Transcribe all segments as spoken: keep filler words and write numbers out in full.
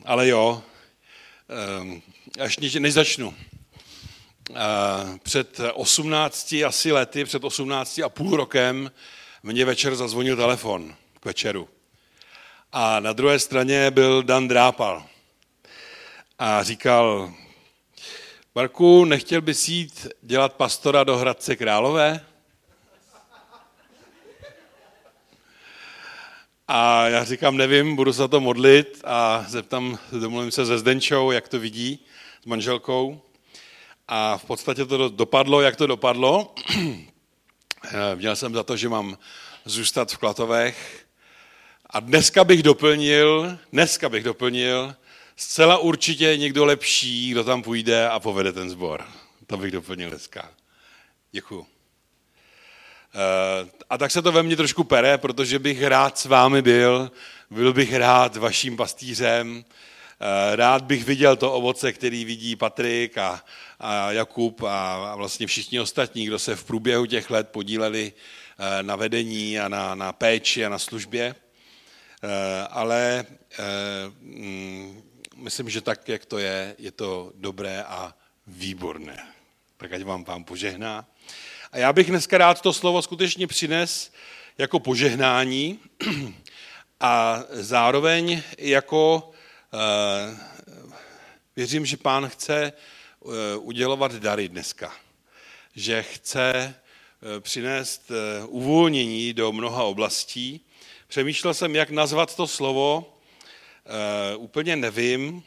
Ale jo, až než začnu. Před osmnácti asi lety, před osmnácti a půl rokem mě večer zazvonil telefon k večeru. A na druhé straně byl Dan Drápal. A říkal: Marku, nechtěl bys jít dělat pastora do Hradce Králové? A já říkám, nevím, budu se za to modlit a zeptám, domluvím se se Zdenčou, jak to vidí, s manželkou. A v podstatě to dopadlo, jak to dopadlo. Měl jsem za to, že mám zůstat v Klatovech. A dneska bych doplnil, dneska bych doplnil, zcela určitě někdo lepší, kdo tam půjde a povede ten sbor. To bych doplnil dneska. Děkuju. A tak se to ve mně trošku pere, protože bych rád s vámi byl, byl bych rád vaším pastýřem, rád bych viděl to ovoce, který vidí Patrik a, a Jakub a, a vlastně všichni ostatní, kdo se v průběhu těch let podíleli na vedení a na, na péči a na službě. Ale myslím, že tak, jak to je, je to dobré a výborné. Tak ať vám Pán požehná. A já bych dneska rád to slovo skutečně přines jako požehnání a zároveň jako věřím, že Pán chce udělovat dary dneska. Že chce přinést uvolnění do mnoha oblastí. Přemýšlel jsem, jak nazvat to slovo, úplně nevím.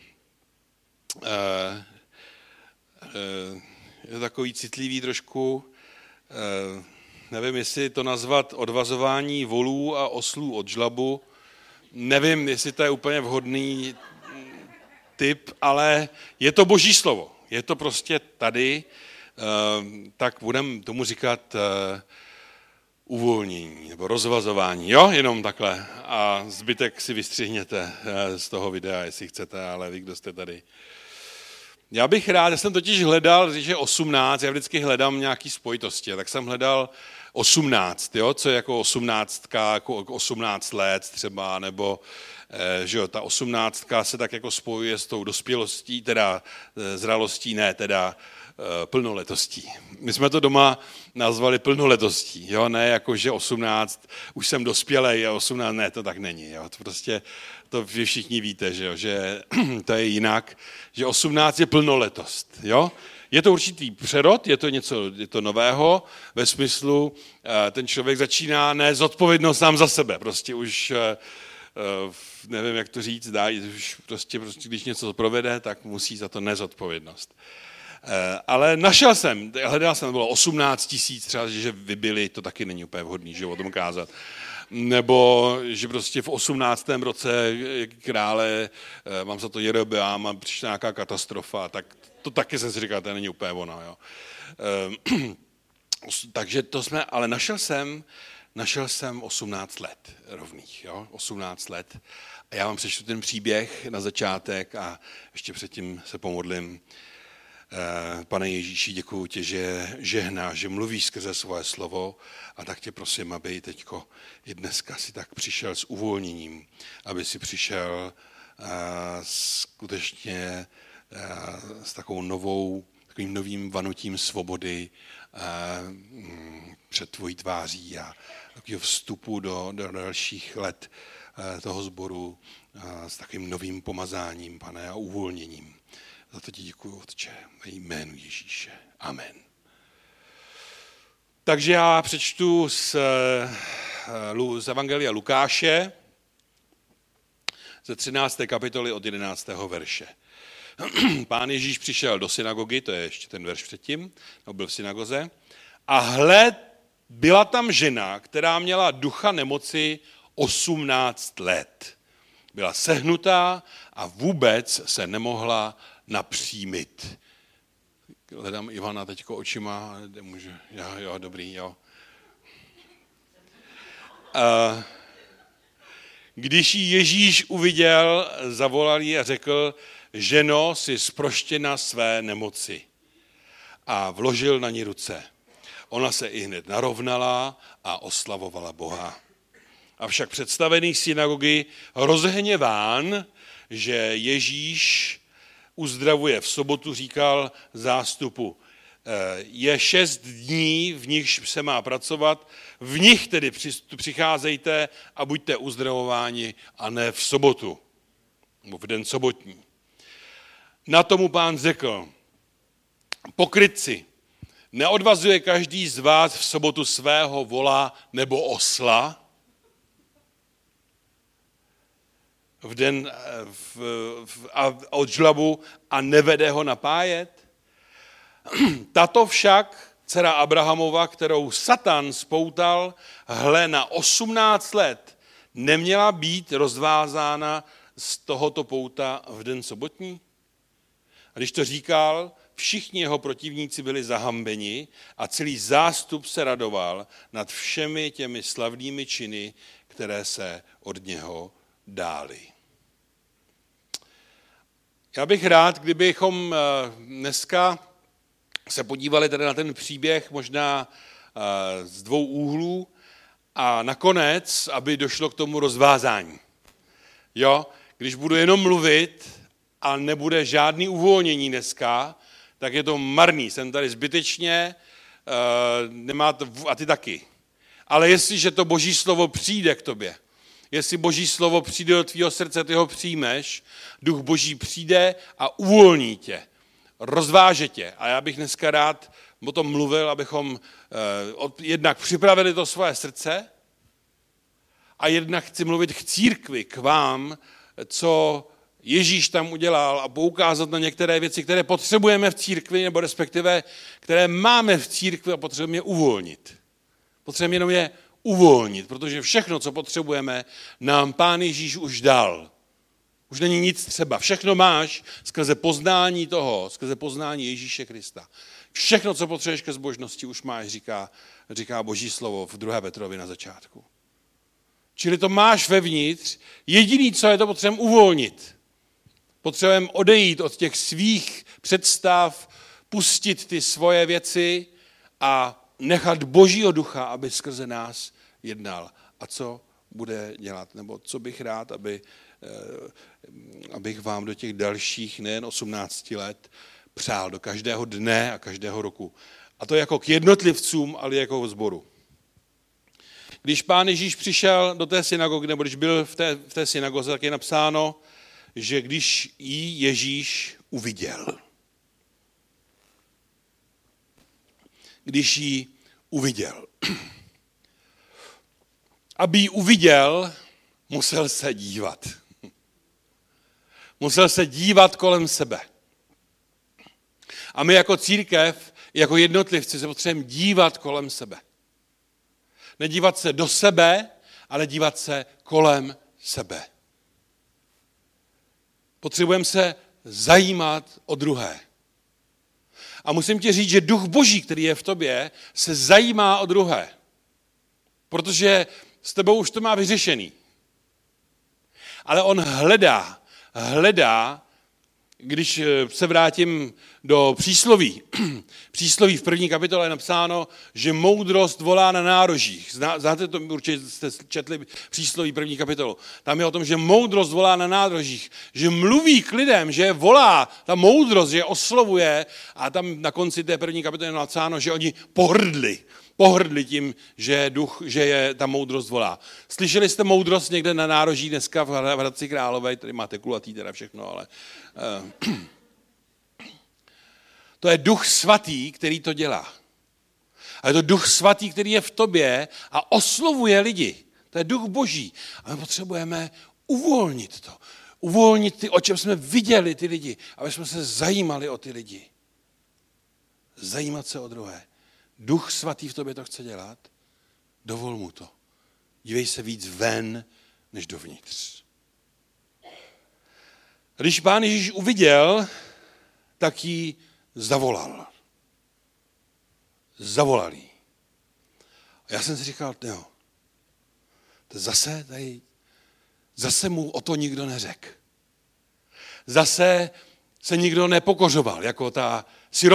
Je to takový citlivý trošku. Nevím, jestli to nazvat odvazování volů a oslů od žlabu. Nevím, jestli to je úplně vhodný typ, ale je to Boží slovo. Je to prostě tady, tak budeme tomu říkat uvolnění nebo rozvazování. Jo, jenom takhle. A zbytek si vystřihněte z toho videa, jestli chcete, ale vy, kdo jste tady. Já bych rád, já jsem totiž hledal, že osmnáct, já vždycky hledám nějaký spojitosti, tak jsem hledal osmnáct, jo, co je jako osmnáctka, jako osmnáct let třeba, nebo že jo, ta osmnáctka se tak jako spojuje s tou dospělostí, teda zralostí, ne, teda plnoletostí. My jsme to doma nazvali plnoletostí, jo, ne jako, že osmnáct, už jsem dospělej a osmnáct, ne, to tak není, jo, to prostě, to vy všichni víte, že jo, že to je jinak, že osmnáct je plnoletost, jo. Je to určitý přerod, je to něco je to nového, ve smyslu, ten člověk začíná nést odpovědnost sám za sebe, prostě už, nevím, jak to říct, dá, už prostě, prostě když něco provede, tak musí za to nést odpovědnost. Ale našel jsem, hledal jsem, bylo osmnáct tisíc třeba, že vybili, to taky není úplně vhodný, že o tom kázat. Nebo že prostě v osmnáctém roce krále, mám za to Jerobeáma, přišla nějaká katastrofa, tak to taky jsem si říkal, to není úplně ono. Jo. Takže to jsme, ale našel jsem, našel jsem osmnáct let rovných, jo, osmnáct let. A já vám přečtu ten příběh na začátek a ještě předtím se pomodlím. Pane Ježíši, děkuju tě, že žehnáš, že mluvíš skrze svoje slovo a tak tě prosím, aby teďko i dneska si tak přišel s uvolněním, aby si přišel uh, skutečně uh, s takovou novou, takovým novým vanutím svobody uh, před tvojí tváří a takového vstupu do, do dalších let uh, toho sboru uh, s takovým novým pomazáním, Pane, a uvolněním. Za to ti děkuji, Otče, ve jménu Ježíše. Amen. Takže já přečtu z, z Evangelia Lukáše ze třinácté kapitoly od jedenáctého verše. Pán Ježíš přišel do synagogy, to je ještě ten verš předtím, no byl v synagoze, a hle, byla tam žena, která měla ducha nemoci osmnáct let. Byla sehnutá a vůbec se nemohla napřímit. Hledám Ivana teďko očima, můžu, jo, jo, dobrý, jo. A když ji Ježíš uviděl, zavolal ji a řekl, ženo, jsi zproštěna své nemoci. A vložil na ní ruce. Ona se i hned narovnala a oslavovala Boha. Avšak představený synagogy rozhněván že Ježíš uzdravuje v sobotu, říkal zástupu, je šest dní, v nichž se má pracovat, v nich tedy přicházejte a buďte uzdravováni a ne v sobotu, nebo v den sobotní. Na tomu Pán řekl, pokrytci, neodvazuje každý z vás v sobotu svého vola nebo osla v den v, v, a od žlabu a nevede ho napájet? Tato však, dcera Abrahamova, kterou Satan spoutal, hle na osmnáct let, neměla být rozvázána z tohoto pouta v den sobotní? A když to říkal, všichni jeho protivníci byli zahambeni a celý zástup se radoval nad všemi těmi slavnými činy, které se od něho dály. Já bych rád, kdybychom dneska se podívali tady na ten příběh možná z dvou úhlů a nakonec, aby došlo k tomu rozvázání. Jo, když budu jenom mluvit a nebude žádný uvolnění dneska, tak je to marný. Jsem tady zbytečně, nemá to, a ty taky. Ale jestliže to Boží slovo přijde k tobě, jestli Boží slovo přijde do tvýho srdce, ty ho přijmeš, Duch Boží přijde a uvolní tě, rozváže tě. A já bych dneska rád o tom mluvil, abychom jednak připravili to svoje srdce a jednak chci mluvit k církvi, k vám, co Ježíš tam udělal a poukázat na některé věci, které potřebujeme v církvi, nebo respektive, které máme v církvi a potřebujeme je uvolnit. Potřebujeme jenom je uvolnit, protože všechno, co potřebujeme, nám Pán Ježíš už dal. Už není nic třeba. Všechno máš skrze poznání toho, skrze poznání Ježíše Krista. Všechno, co potřebuješ ke zbožnosti, už máš, říká, říká Boží slovo v druhé Petrovi na začátku. Čili to máš vevnitř, jediný, co je, to potřebujeme uvolnit. Potřebujeme odejít od těch svých představ, pustit ty svoje věci a nechat Božího ducha, aby skrze nás jednal. A co bude dělat? Nebo co bych rád, aby, abych vám do těch dalších nejen osmnácti let přál, do každého dne a každého roku. A to jako k jednotlivcům, ale jako k sboru. Když Pán Ježíš přišel do té synagogy, nebo když byl v té, v té synagoze, tak je napsáno, že když jí Ježíš uviděl. Když jí uviděl. Aby ji uviděl, musel se dívat. Musel se dívat kolem sebe. A my jako církev, jako jednotlivci se potřebujeme dívat kolem sebe. Nedívat se do sebe, ale dívat se kolem sebe. Potřebujeme se zajímat o druhé. A musím ti říct, že Duch Boží, který je v tobě, se zajímá o druhé. Protože s tebou už to má vyřešený. Ale on hledá, hledá, když se vrátím do přísloví. Přísloví v první kapitole je napsáno, že moudrost volá na nárožích. Znáte to, určitě jste četli přísloví první kapitolu. Tam je o tom, že moudrost volá na nárožích, že mluví k lidem, že je volá, ta moudrost, že je oslovuje a tam na konci té první kapitoly je napsáno, že oni pohrdli. Pohrdli tím, že je duch, že je ta moudrost volá. Slyšeli jste moudrost někde na nároží dneska v Hradci Králové, tady máte kulatý teda všechno, ale uh, to je Duch Svatý, který to dělá. A je to Duch Svatý, který je v tobě a oslovuje lidi. To je Duch Boží. A my potřebujeme uvolnit to. Uvolnit ty, o čem jsme viděli ty lidi, aby jsme se zajímali o ty lidi. Zajímat se o druhé. Duch Svatý v tobě to chce dělat, dovol mu to. Dívej se víc ven, než dovnitř. Když Pán Ježíš uviděl, tak ji zavolal. Zavolal jí. A já jsem si říkal, jo, to zase tady, zase mu o to nikdo neřekl. Zase se nikdo nepokořoval, jako ta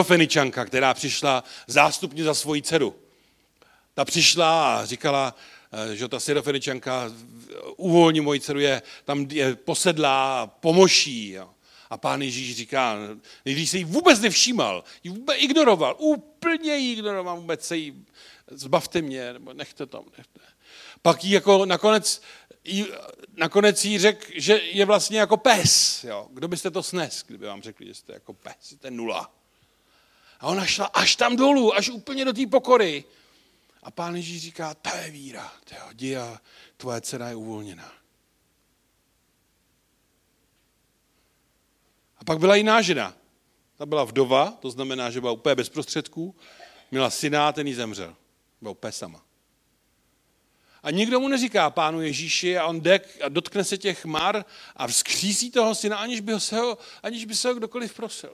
Syrofeničanka, která přišla zástupně za svoji dceru. Ta přišla a říkala, že ta Syrofeničanka uvolní moji dceru, je, tam je posedlá, pomoší. Jo. A pán Ježíš říká, když se jí vůbec nevšímal, ji vůbec ignoroval, úplně ji ignoroval, vůbec se jí, zbavte mě, nebo nechte tam, nechte. Pak jí jako nakonec, jí, nakonec jí řekl, že je vlastně jako pes. Jo. Kdo byste to snes, kdyby vám řekli, že jste jako pes, jste nula. A ona šla až tam dolů, až úplně do té pokory. A pán Ježíš říká, to je víra, to jdi a tvoje dcera je uvolněná. A pak byla jiná žena. Ta byla vdova, to znamená, že byla úplně bez prostředků, měla syna a ten jí zemřel. Byla úplně sama. A nikdo mu neříká pánu Ježíši a on jde a dotkne se těch mar a vzkřísí toho syna, aniž by, ho se ho, aniž by se ho kdokoliv prosil.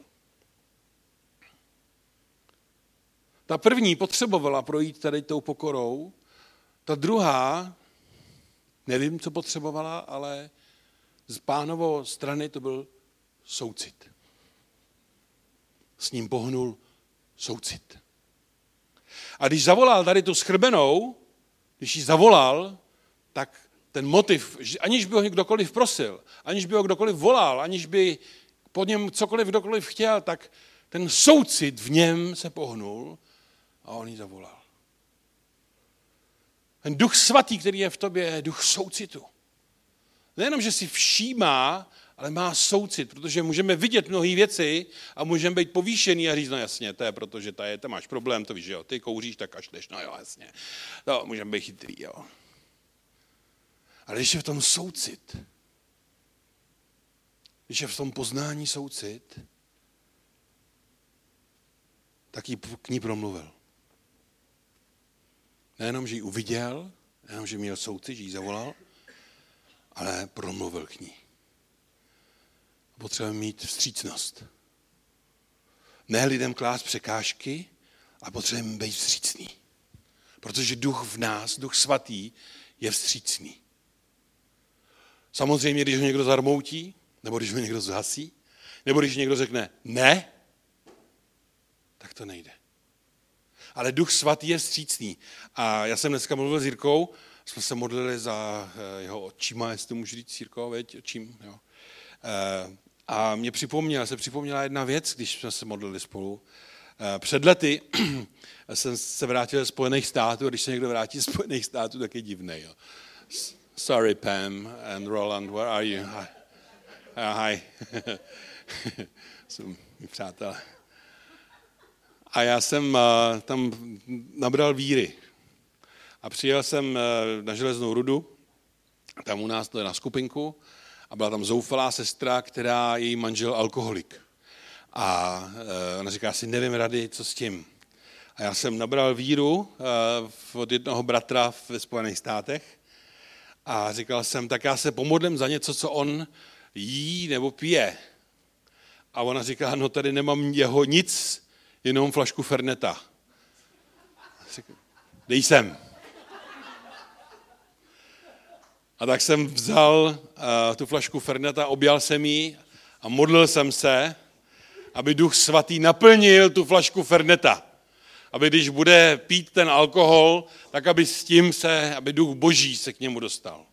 Ta první potřebovala projít tady tou pokorou, ta druhá, nevím, co potřebovala, ale z pánovo strany to byl soucit. S ním pohnul soucit. A když zavolal tady tu schrbenou, když ji zavolal, tak ten motiv, aniž by ho kdokoliv prosil, aniž by ho kdokoliv volal, aniž by po něm cokoliv kdokoliv chtěl, tak ten soucit v něm se pohnul a on ji zavolal. Ten duch svatý, který je v tobě, je duch soucitu. Nejenom, že si všímá, ale má soucit, protože můžeme vidět mnohé věci a můžeme být povýšený a říct, no jasně, to je proto, že tady máš problém, to víš, že jo, ty kouříš, tak kašleš, no jo, jasně. No, můžeme být chytrý, jo. Ale když je v tom soucit, když je v tom poznání soucit, tak jí k ní promluvil. Nejenom, že ji uviděl, nejenom, že měl soucit, že ji zavolal, ale promluvil k ní. Potřebujeme mít vstřícnost. Ne lidem klást překážky, ale potřebujeme být vstřícný. Protože duch v nás, duch svatý, je vstřícný. Samozřejmě, když ho někdo zarmoutí, nebo když ho někdo zhasí, nebo když někdo řekne ne, tak to nejde. Ale duch svatý je vstřícný. A já jsem dneska mluvil s Jirkou, jsme se modlili za jeho očima, jestli to můžu říct, Jirko, veď, očím, jo. A mě připomněla, se připomněla jedna věc, když jsme se modlili spolu. Před lety jsem se vrátil ze Spojených států, a když se někdo vrátí ze Spojených států, tak je divnej. Jo. Sorry, Pam and Roland, where are you? Hi. Uh, hi. Jsou mi přátelé. A já jsem uh, tam nabral víry. A přijel jsem uh, na Železnou rudu, tam u nás to je na skupinku, a byla tam zoufalá sestra, která její manžel alkoholik. A uh, ona říká, si nevím rady, co s tím. A já jsem nabral víru uh, od jednoho bratra ve Spojených státech a říkal jsem, tak já se pomodlím za něco, co on jí nebo pije. A ona říká, no tady nemám jeho nic, jenom flašku Ferneta. Dej sem. A tak jsem vzal uh, tu flašku Ferneta, objal jsem ji a modlil jsem se, aby Duch Svatý naplnil tu flašku Ferneta. Aby když bude pít ten alkohol, tak aby s tím se, aby Duch Boží se k němu dostal.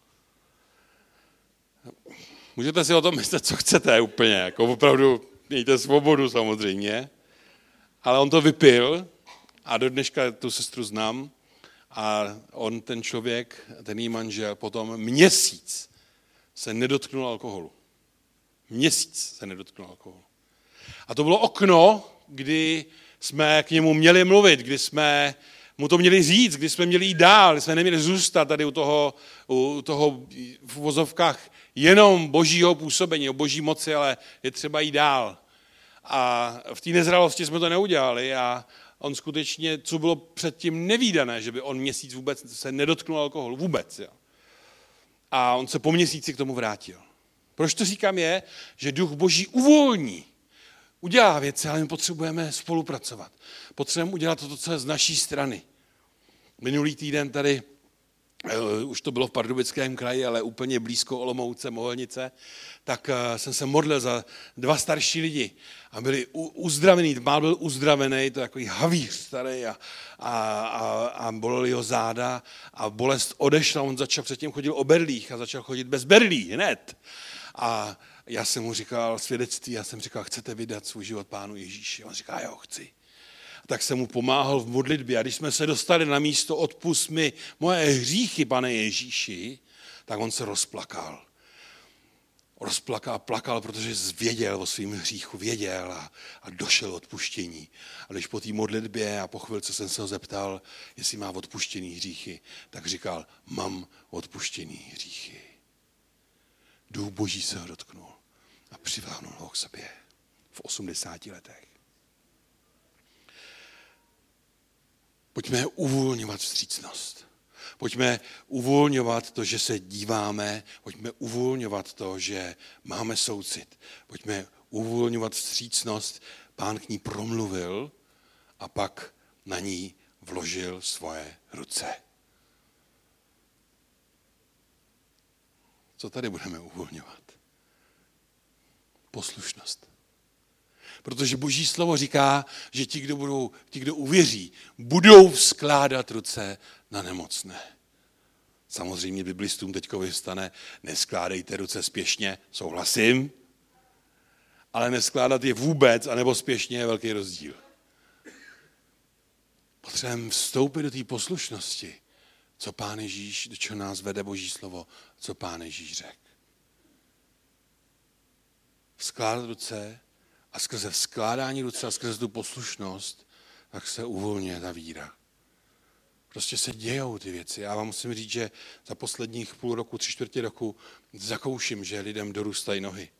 Můžete si o tom myslet, co chcete úplně, jako opravdu mějte svobodu samozřejmě, ale on to vypil a do dneška tu sestru znám a on, ten člověk, ten jí manžel, potom měsíc se nedotknul alkoholu. Měsíc se nedotknul alkoholu. A to bylo okno, kdy jsme k němu měli mluvit, kdy jsme mu to měli říct, kdy jsme měli jít dál, kdy jsme neměli zůstat tady u toho, u toho v uvozovkách jenom božího působení, o boží moci, ale je třeba jít dál. A v té nezralosti jsme to neudělali a on skutečně, co bylo předtím nevídané, že by on měsíc vůbec se nedotknul alkoholu, vůbec. Jo. A on se po měsíci k tomu vrátil. Proč to říkám je, že Duch Boží uvolní, udělá věci, ale my potřebujeme spolupracovat. Potřebujeme udělat to, co je z naší strany. Minulý týden tady už to bylo v Pardubickém kraji, ale úplně blízko Olomouce, Mohelnice, tak jsem se modlil za dva starší lidi a byli uzdravený, Pán byl uzdravený, to je takový havíř starý a, a, a, a boleli ho záda a bolest odešla, on začal předtím chodil o berlích a začal chodit bez berlí hned. A já jsem mu říkal svědectví, já jsem říkal, chcete vydat svůj život Pánu Ježíši? On říká, jo, chci. Tak jsem mu pomáhal v modlitbě. A když jsme se dostali na místo odpusť mi moje hříchy, Pane Ježíši, tak on se rozplakal. Rozplakal, plakal, protože věděl o svým hříchu, věděl a, a došel odpuštění. A když po té modlitbě a po chvilce jsem se ho zeptal, jestli má odpuštěný hříchy, tak říkal, mám odpuštěný hříchy. Duch Boží se ho dotknul a přiváhnul ho k sobě v osmdesáti letech. Pojďme uvolňovat vstřícnost. Pojďme uvolňovat to, že se díváme. Pojďme uvolňovat to, že máme soucit. Pojďme uvolňovat vstřícnost. Pán k ní promluvil a pak na ní vložil svoje ruce. Co tady budeme uvolňovat? Poslušnost. Protože Boží slovo říká, že ti, kdo, budou, ti, kdo uvěří, budou skládat ruce na nemocné. Samozřejmě biblistům teďko vyvstane, neskládejte ruce spěšně, souhlasím, ale neskládat je vůbec, anebo spěšně je velký rozdíl. Potřebujeme vstoupit do té poslušnosti, co Pán Ježíš, do čeho nás vede Boží slovo, co Pán Ježíš řekl. Skládat ruce a skrze skládání ruce a skrze tu poslušnost, tak se uvolňuje ta víra. Prostě se dějou ty věci. Já vám musím říct, že za posledních půl roku, tři čtvrtě roku zakouším, že lidem dorůstají nohy.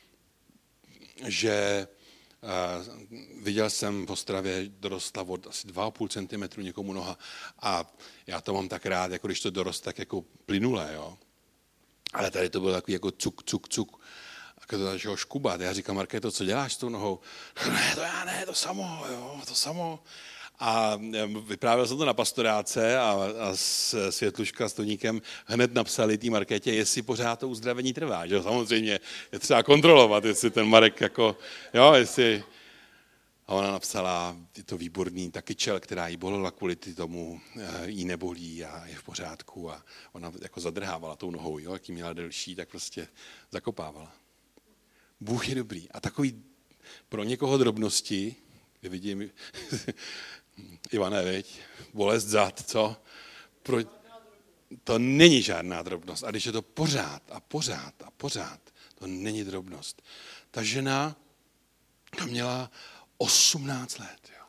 Že uh, viděl jsem v Ostravě, dorostla od asi dva a půl centimetru někomu noha. A já to mám tak rád, jako když to dorost tak jako plynulé, jo. Ale tady to bylo takový jako cuk, cuk, cuk. A když to začalo škubat, já říkám, Markéto, co děláš s tou nohou? Ne, to já ne, to samo, jo, to samo. A vyprávěl jsem to na pastoráce a, a s Světluška s Toníkem hned napsali té Markétě, jestli pořád to uzdravení trvá. Že? Samozřejmě je třeba kontrolovat, jestli ten Marek jako, jo, jestli... A ona napsala, je to výborný, ta kyčel, která jí bolela kvůli tomu, jí nebolí a je v pořádku. A ona jako zadrhávala tou nohou, jo, jak jí měla delší, tak prostě zakopávala. Bůh je dobrý. A takový pro někoho drobnosti, vidím, Ivane, veď, bolest zad, co? Pro, to není žádná drobnost. A když je to pořád a pořád a pořád, to není drobnost. Ta žena to měla osmnáct let. Jo.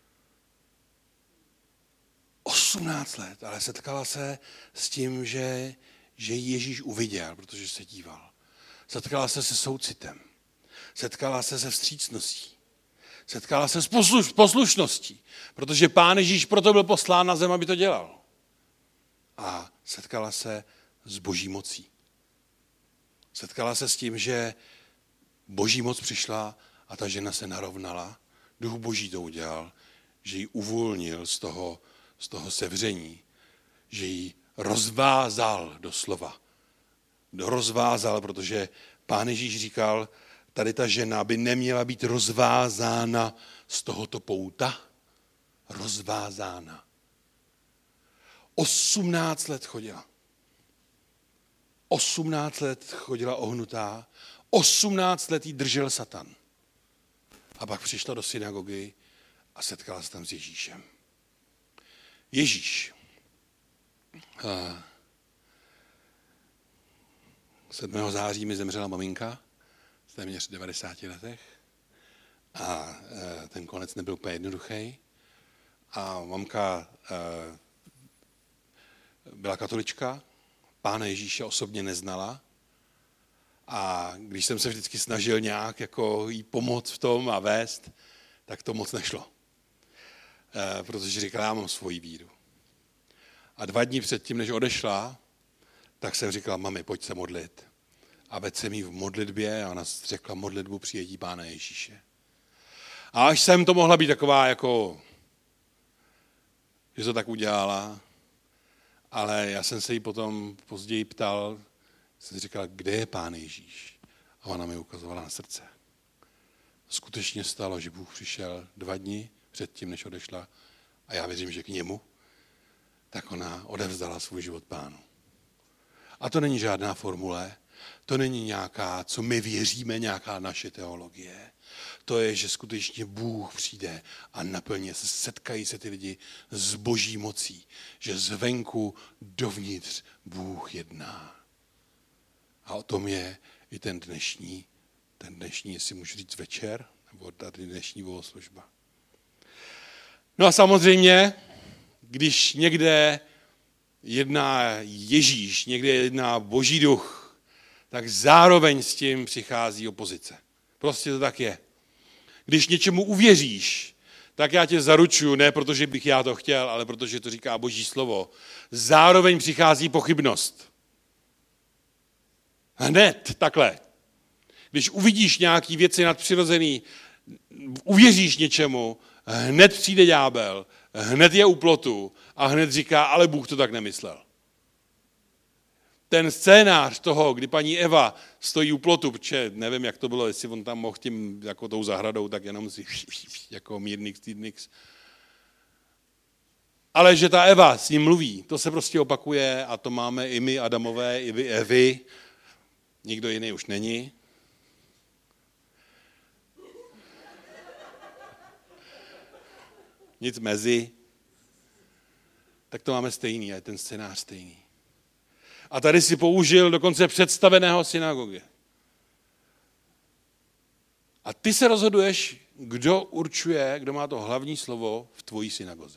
osmnáct let, ale setkala se s tím, že, že Ježíš uviděl, protože se díval. Setkala se se soucitem. Setkala se se vstřícností. Setkala se s posluš, poslušností, protože Pán Ježíš proto byl poslán na zem, aby to dělal. A setkala se s Boží mocí. Setkala se s tím, že Boží moc přišla a ta žena se narovnala. Duch Boží to udělal, že ji uvolnil z toho, z toho sevření, že ji rozvázal doslova. Rozvázal, protože Pán Ježíš říkal, tady ta žena by neměla být rozvázána z tohoto pouta. Rozvázána. Osmnáct let chodila. Osmnáct let chodila ohnutá. Osmnáct let jí držel Satan. A pak přišla do synagogy a setkala se tam s Ježíšem. Ježíš. sedmého září mi zemřela maminka. Téměř v devadesáti letech a ten konec nebyl úplně jednoduchý. A mamka byla katolička, Pána Ježíše osobně neznala a když jsem se vždycky snažil nějak jako jí pomoct v tom a vést, tak to moc nešlo. Protože říkala, já mám svoji víru. A dva dní předtím, než odešla, tak jsem říkal, mami, pojď se modlit. A vedl jsem jí v modlitbě a ona řekla modlitbu přijetí Pána Ježíše. A až jsem to mohla být taková jako, že to tak udělala Ale já jsem se jí potom později ptal, jsem si říkal, kde je Pán Ježíš? A ona mi ukazovala na srdce. Skutečně stalo, že Bůh přišel dva dny předtím, než odešla, a já věřím, že k němu, tak ona odevzdala svůj život Pánu. A to není žádná formule, to není nějaká, co my věříme, nějaká naše teologie. To je, že skutečně Bůh přijde a naplně se, setkají se ty lidi s boží mocí, že zvenku dovnitř Bůh jedná. A o tom je i ten dnešní, ten dnešní, jestli můžu říct večer, nebo tady dnešní bohoslužba. No a samozřejmě, když někde jedná Ježíš, někde jedná Boží duch, tak zároveň s tím přichází opozice. Prostě to tak je. Když něčemu uvěříš, tak já tě zaručuju, ne protože bych já to chtěl, ale protože to říká Boží slovo, zároveň přichází pochybnost. Hned takhle. Když uvidíš nějaký věci nadpřirozený, uvěříš něčemu, hned přijde ďábel, hned je u plotu a hned říká, ale Bůh to tak nemyslel. Ten scénář toho, kdy paní Eva stojí u plotu, protože nevím, jak to bylo, jestli on tam mohl tím, jako tou zahradou, tak jenom si jako mírnix, týdnix. Ale že ta Eva s ním mluví, to se prostě opakuje a to máme i my Adamové, i vy Evy. Nikdo jiný už není. Nic mezi. Tak to máme stejný, a je ten scénář stejný. A tady si použil dokonce představeného synagogy. A ty se rozhoduješ, kdo určuje, kdo má to hlavní slovo v tvojí synagoze.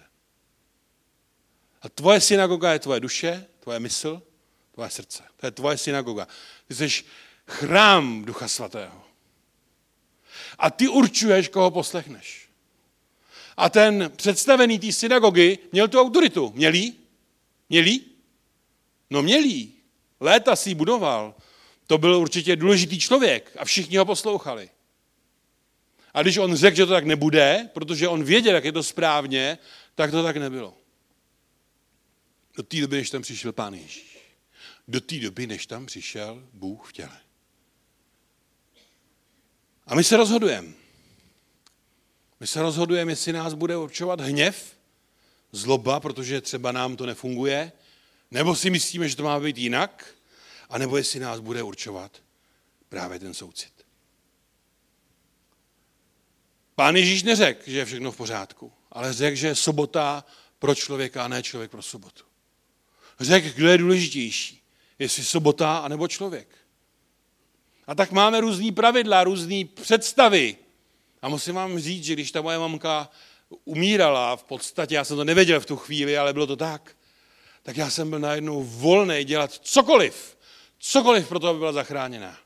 A tvoje synagoga je tvoje duše, tvoje mysl, tvoje srdce. To je tvoje synagoga. Ty jsi chrám Ducha Svatého. A ty určuješ, koho poslechneš. A ten představený té synagogy měl tu autoritu. Měl jí? Měl jí? No měl jí. Léta si ji budoval. To byl určitě důležitý člověk a všichni ho poslouchali. A když on řekl, že to tak nebude, protože on věděl, jak je to správně, tak to tak nebylo. Do té doby, než tam přišel Pán Ježíš. Do té doby, než tam přišel Bůh v těle. A my se rozhodujeme. My se rozhodujeme, jestli nás bude určovat hněv, zloba, protože třeba nám to nefunguje, nebo si myslíme, že to má být jinak, anebo jestli nás bude určovat právě ten soucit. Pán Ježíš neřekl, že je všechno v pořádku, ale řekl, že je sobota pro člověka a ne člověk pro sobotu. Řekl, kdo je důležitější, jestli sobota anebo člověk. A tak máme různý pravidla, různý představy. A musím vám říct, že když ta moje mamka umírala, v podstatě já jsem to nevěděl v tu chvíli, ale bylo to tak, tak já jsem byl najednou volný dělat cokoliv, cokoliv pro to, aby byla zachráněná.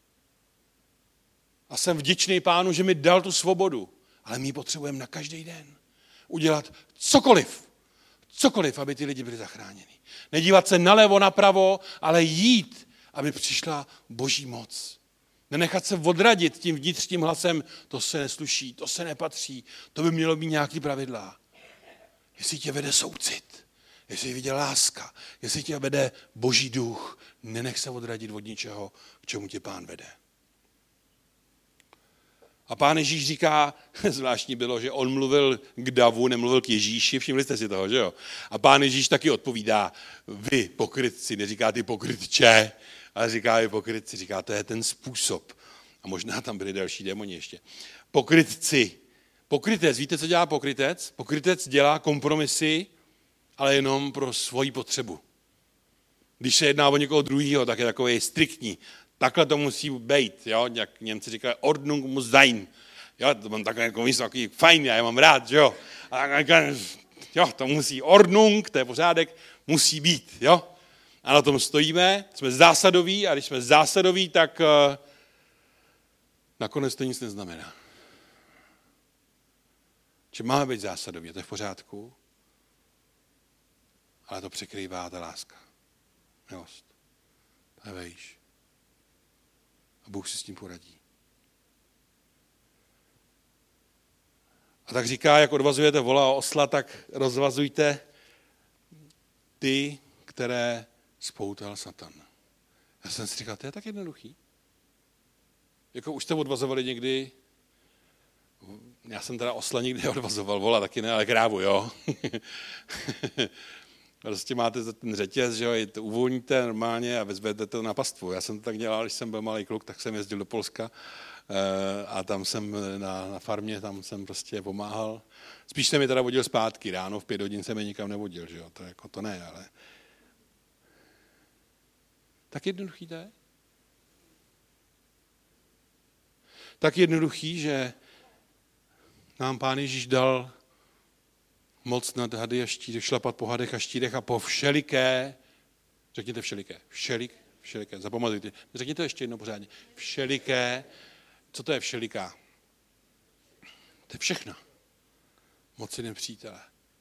A jsem vděčný Pánu, že mi dal tu svobodu, ale my ji potřebujeme na každý den. Udělat cokoliv, cokoliv, aby ty lidi byli zachráněni. Nedívat se nalevo, napravo, ale jít, aby přišla Boží moc. Nenechat se odradit tím vnitřním hlasem, to se nesluší, to se nepatří, to by mělo být nějaký pravidla. Jestli tě vede soucit, jestli tě vede láska, jestli tě vede Boží duch, nenech se odradit od ničeho, k čemu tě Pán vede. A Pán Ježíš říká, zvláštní bylo, že on mluvil k davu, nemluvil k Ježíši, všimli jste si toho, že jo? A Pán Ježíš taky odpovídá, vy pokrytci, neříká ty pokrytče, ale říká vy pokrytci, říká, to je ten způsob. A možná tam byli další démoni ještě. Pokrytci. Pokrytec, víte, co dělá pokrytec? Pokrytec dělá kompromisy, ale jenom pro svoji potřebu. Když se jedná o někoho druhého, tak je takový striktní. Takhle to musí být, jo? Jak Němci říkají, Ordnung muss sein. Jo, to mám takové jako takový fajn, já je mám rád, jo. A jo, to musí Ordnung, to je pořádek, musí být, jo. A na tom stojíme, jsme zásadoví a když jsme zásadoví, tak uh, nakonec to nic neznamená. Že máme být zásadoví, to je v pořádku, ale to překrývá ta láska, milost, to je vejš. A Bůh si s tím poradí. A tak říká, jak odvazujete vola a osla, tak rozvazujte ty, které spoutal Satan. Já jsem si říkal, to je tak jednoduchý. Jako už jste odvazovali někdy, já jsem teda osla nikdy odvazoval, vola taky ne, ale krávu, jo. Prostě máte ten řetěz, že jo, to uvolníte normálně a vezmete to na pastvu. Já jsem to tak dělal, když jsem byl malý kluk, tak jsem jezdil do Polska a tam jsem na, na farmě, tam jsem prostě pomáhal. Spíš jsem je teda vodil zpátky, ráno v pět hodin jsem je nikam nevodil, že jo, to jako to ne, ale... Tak jednoduchý to je. Tak jednoduchý, že nám Pán Ježíš dal moc nad hady a štíry, šlapat po hadech a štírech a po všeliké, řekněte všeliké, všelik, všeliké, zapamatujte, řekněte ještě jednou pořádně, všeliké, co to je všeliká? To je všechno. Moci nepřítele.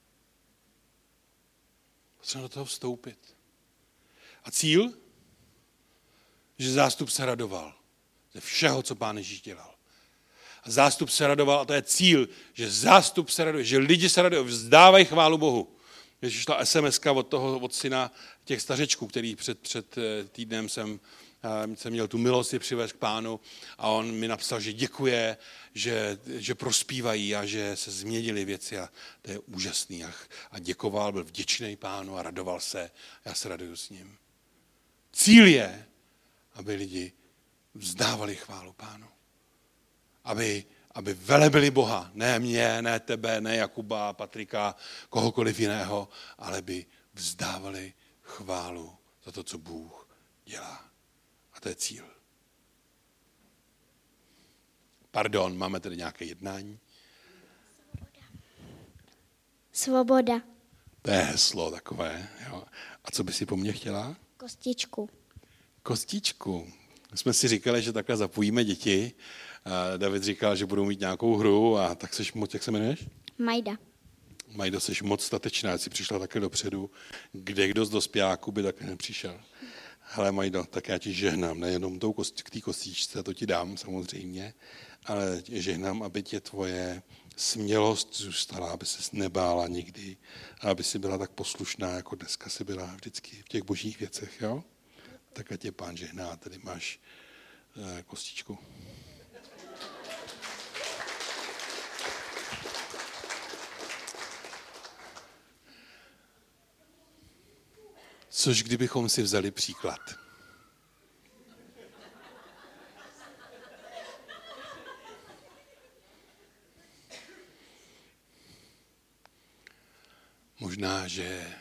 Potřeba do toho vstoupit. A cíl? Že zástup se radoval ze všeho, co Pán Ježíš dělal. A zástup se radoval, a to je cíl, že zástup se raduje, že lidi se radují, vzdávají chválu Bohu. Když šla es em eska od toho, od syna těch stařečků, který před, před týdnem jsem, jsem měl tu milost je přivést k Pánu a on mi napsal, že děkuje, že, že prospívají a že se změnily věci a to je úžasný. A, a děkoval, byl vděčný Pánu a radoval se. Já se raduju s ním. Cíl je, aby lidi vzdávali chválu Pánu. Aby, aby velebili Boha. Ne mě, ne tebe, ne Jakuba, Patrika, kohokoliv jiného, ale by vzdávali chválu za to, co Bůh dělá. A to je cíl. Pardon, máme tady nějaké jednání? Svoboda. To je heslo takové. Jo. A co by si po mně chtěla? Kostičku. Kostičku. Jsme si říkali, že takhle zapojíme děti. David říkal, že budou mít nějakou hru a tak seš moc, jak se jmenuješ? Majda. Majdo, seš moc statečná, jsi přišla také dopředu. Kde kdo z dospěláků by také nepřišel? Hele Majdo, tak já ti žehnám, nejenom tou kost, k té kostičce, to ti dám samozřejmě, ale žehnám, aby tě tvoje smělost zůstala, aby ses nebála nikdy a aby si byla tak poslušná, jako dneska si byla vždycky v těch božích věcech, jo? Tak ať tě Pán žehná, tady máš uh, kostičku. Což kdybychom si vzali příklad. Možná, že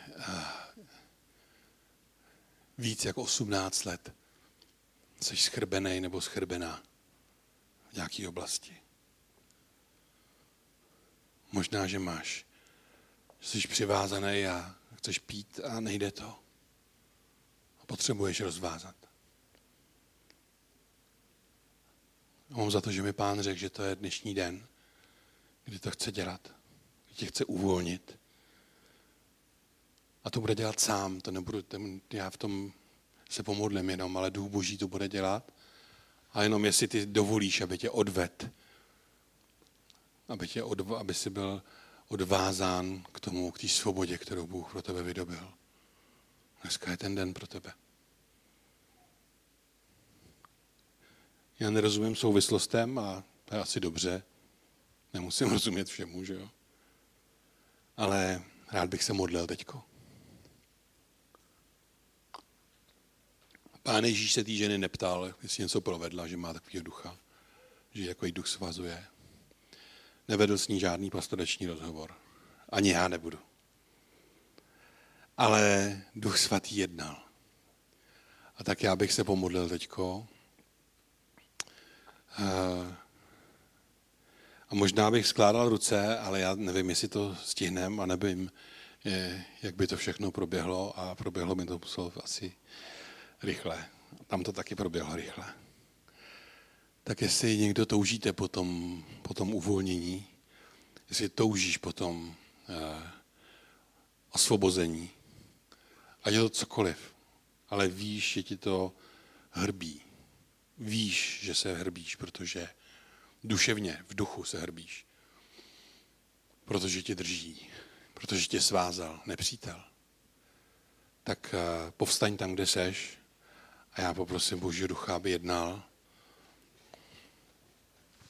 víc jak osmnáct let jsi schrbenej nebo schrbená v nějaké oblasti. Možná, že máš, že jsi přivázaný a chceš pít a nejde to. A potřebuješ rozvázat. A mám za to, že mi Pán řekl, že to je dnešní den, kdy to chce dělat, kdy tě chce uvolnit. A to bude dělat sám, to nebudu, já v tom se pomodlím jenom, ale Duch Boží to bude dělat. A jenom jestli ty dovolíš, aby tě odved, aby, tě odv, aby jsi byl odvázán k tomu, k té svobodě, kterou Bůh pro tebe vydobil. Dneska je ten den pro tebe. Já nerozumím souvislostem a to je asi dobře. Nemusím rozumět všemu, že jo? Ale rád bych se modlil teďko. Pán Ježíš se té ženy neptal, jestli něco provedla, že má takovýho ducha, že jako jí duch svazuje. Nevedl s ní žádný pastorační rozhovor. Ani já nebudu. Ale Duch Svatý jednal. A tak já bych se pomodlil teďko. A možná bych skládal ruce, ale já nevím, jestli to stihnem a nevím, jak by to všechno proběhlo a proběhlo mi to muselo asi rychle. Tam to taky proběhlo rychle. Tak jestli někdo toužíte po tom, po tom uvolnění, jestli toužíš po tom eh, osvobození, ať je to cokoliv, ale víš, že ti to hrbí. Víš, že se hrbíš, protože duševně, v duchu se hrbíš. Protože tě drží, protože tě svázal nepřítel. tak povstaň tam, kde seš a já poprosím Božího ducha, aby jednal